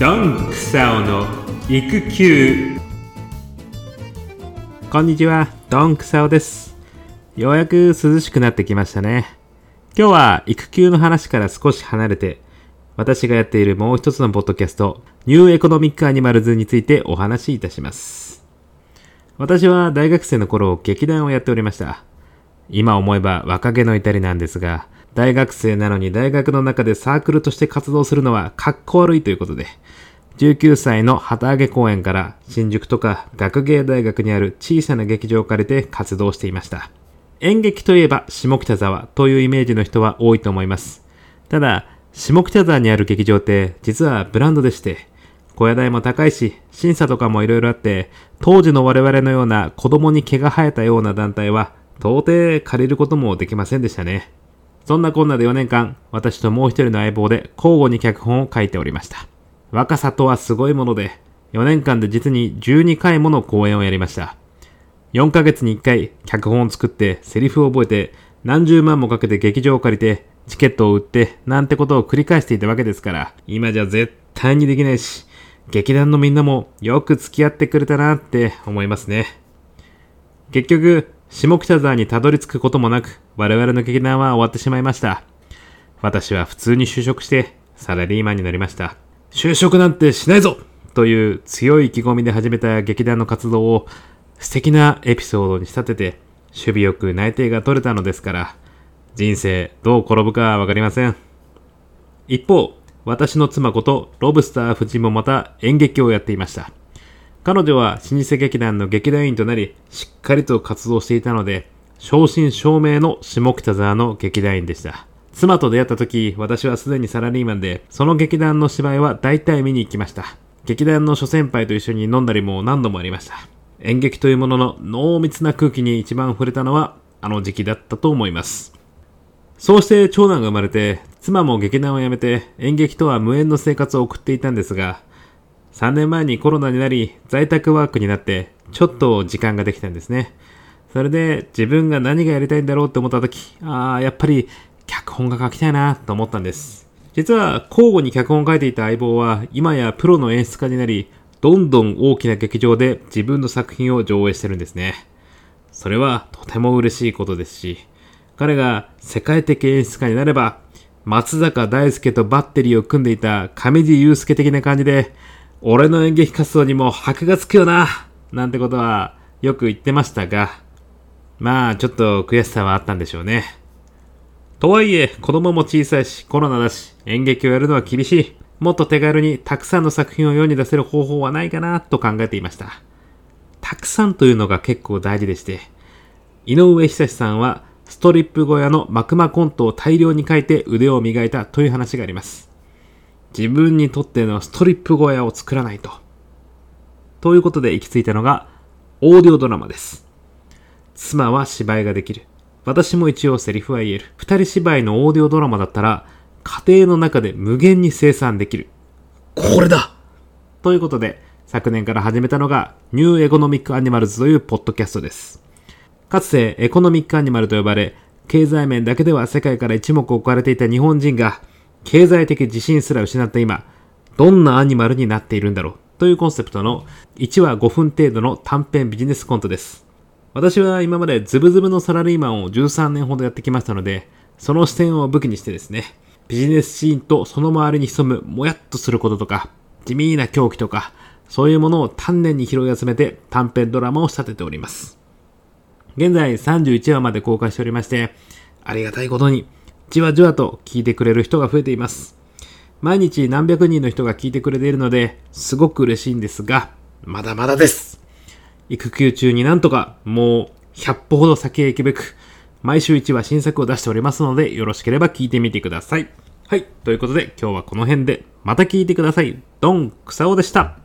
ドンクサオの育休。こんにちは、ドンクサオです。ようやく涼しくなってきましたね。今日は育休の話から少し離れて、私がやっているもう一つのポッドキャスト、ニューエコノミックアニマルズについてお話しいたします。私は大学生の頃、劇団をやっておりました。今思えば若気の至りなんですが、大学生なのに大学の中でサークルとして活動するのはかっこ悪いということで、19歳の旗揚げ公演から新宿とか学芸大学にある小さな劇場を借りて活動していました。演劇といえば下北沢というイメージの人は多いと思います。ただ、下北沢にある劇場って実はブランドでして、小屋代も高いし、審査とかもいろいろあって、当時の我々のような子供に毛が生えたような団体は到底借りることもできませんでしたね。そんなこんなで4年間、私ともう一人の相棒で交互に脚本を書いておりました。若さとはすごいもので、4年間で実に12回もの公演をやりました。4ヶ月に1回脚本を作ってセリフを覚えて、何十万もかけて劇場を借りてチケットを売ってなんてことを繰り返していたわけですから、今じゃ絶対にできないし、劇団のみんなもよく付き合ってくれたなって思いますね。結局、下北沢にたどり着くこともなく、我々の劇団は終わってしまいました。私は普通に就職してサラリーマンになりました。就職なんてしないぞという強い意気込みで始めた劇団の活動を素敵なエピソードに仕立てて、守備よく内定が取れたのですから、人生どう転ぶかわかりません。一方、私の妻ことロブスター夫人もまた演劇をやっていました。彼女は老舗劇団の劇団員となり、しっかりと活動していたので、正真正銘の下北沢の劇団員でした。妻と出会った時、私はすでにサラリーマンで、その劇団の芝居は大体見に行きました。劇団の諸先輩と一緒に飲んだりも何度もありました。演劇というものの濃密な空気に一番触れたのは、あの時期だったと思います。そうして長男が生まれて、妻も劇団を辞めて演劇とは無縁の生活を送っていたんですが、3年前にコロナになり在宅ワークになってちょっと時間ができたんですね。それで自分が何がやりたいんだろうって思った時、やっぱり脚本が書きたいなと思ったんです。実は交互に脚本を書いていた相棒は今やプロの演出家になり、どんどん大きな劇場で自分の作品を上映してるんですね。それはとても嬉しいことですし、彼が世界的演出家になれば、松坂大輔とバッテリーを組んでいた上地雄介的な感じで、俺の演劇活動にも箔がつくよななんてことはよく言ってましたが、まあちょっと悔しさはあったんでしょうね。とはいえ子供も小さいしコロナだし演劇をやるのは厳しい。もっと手軽にたくさんの作品を世に出せる方法はないかなと考えていました。たくさんというのが結構大事でして、井上久志さんはストリップ小屋の幕間コントを大量に書いて腕を磨いたという話があります。自分にとってのストリップ小屋を作らないと。ということで行き着いたのがオーディオドラマです。妻は芝居ができる。私も一応セリフは言える。二人芝居のオーディオドラマだったら家庭の中で無限に生産できる。これだということで昨年から始めたのがニューエコノミックアニマルズというポッドキャストです。かつてエコノミックアニマルと呼ばれ、経済面だけでは世界から一目置かれていた日本人が経済的自信すら失った今、どんなアニマルになっているんだろうというコンセプトの1話5分程度の短編ビジネスコントです。私は今までズブズブのサラリーマンを13年ほどやってきましたので、その視点を武器にしてですね、ビジネスシーンとその周りに潜むもやっとすることとか、地味な狂気とか、そういうものを丹念に拾い集めて短編ドラマを仕立てております。現在31話まで公開しておりまして、ありがたいことにじわじわと聞いてくれる人が増えています。毎日何百人の人が聞いてくれているので、すごく嬉しいんですが、まだまだです。育休中になんとかもう100歩ほど先へ行くべく、毎週1話新作を出しておりますので、よろしければ聞いてみてください。はい、ということで今日はこの辺で、また聞いてください。ドンクサオでした。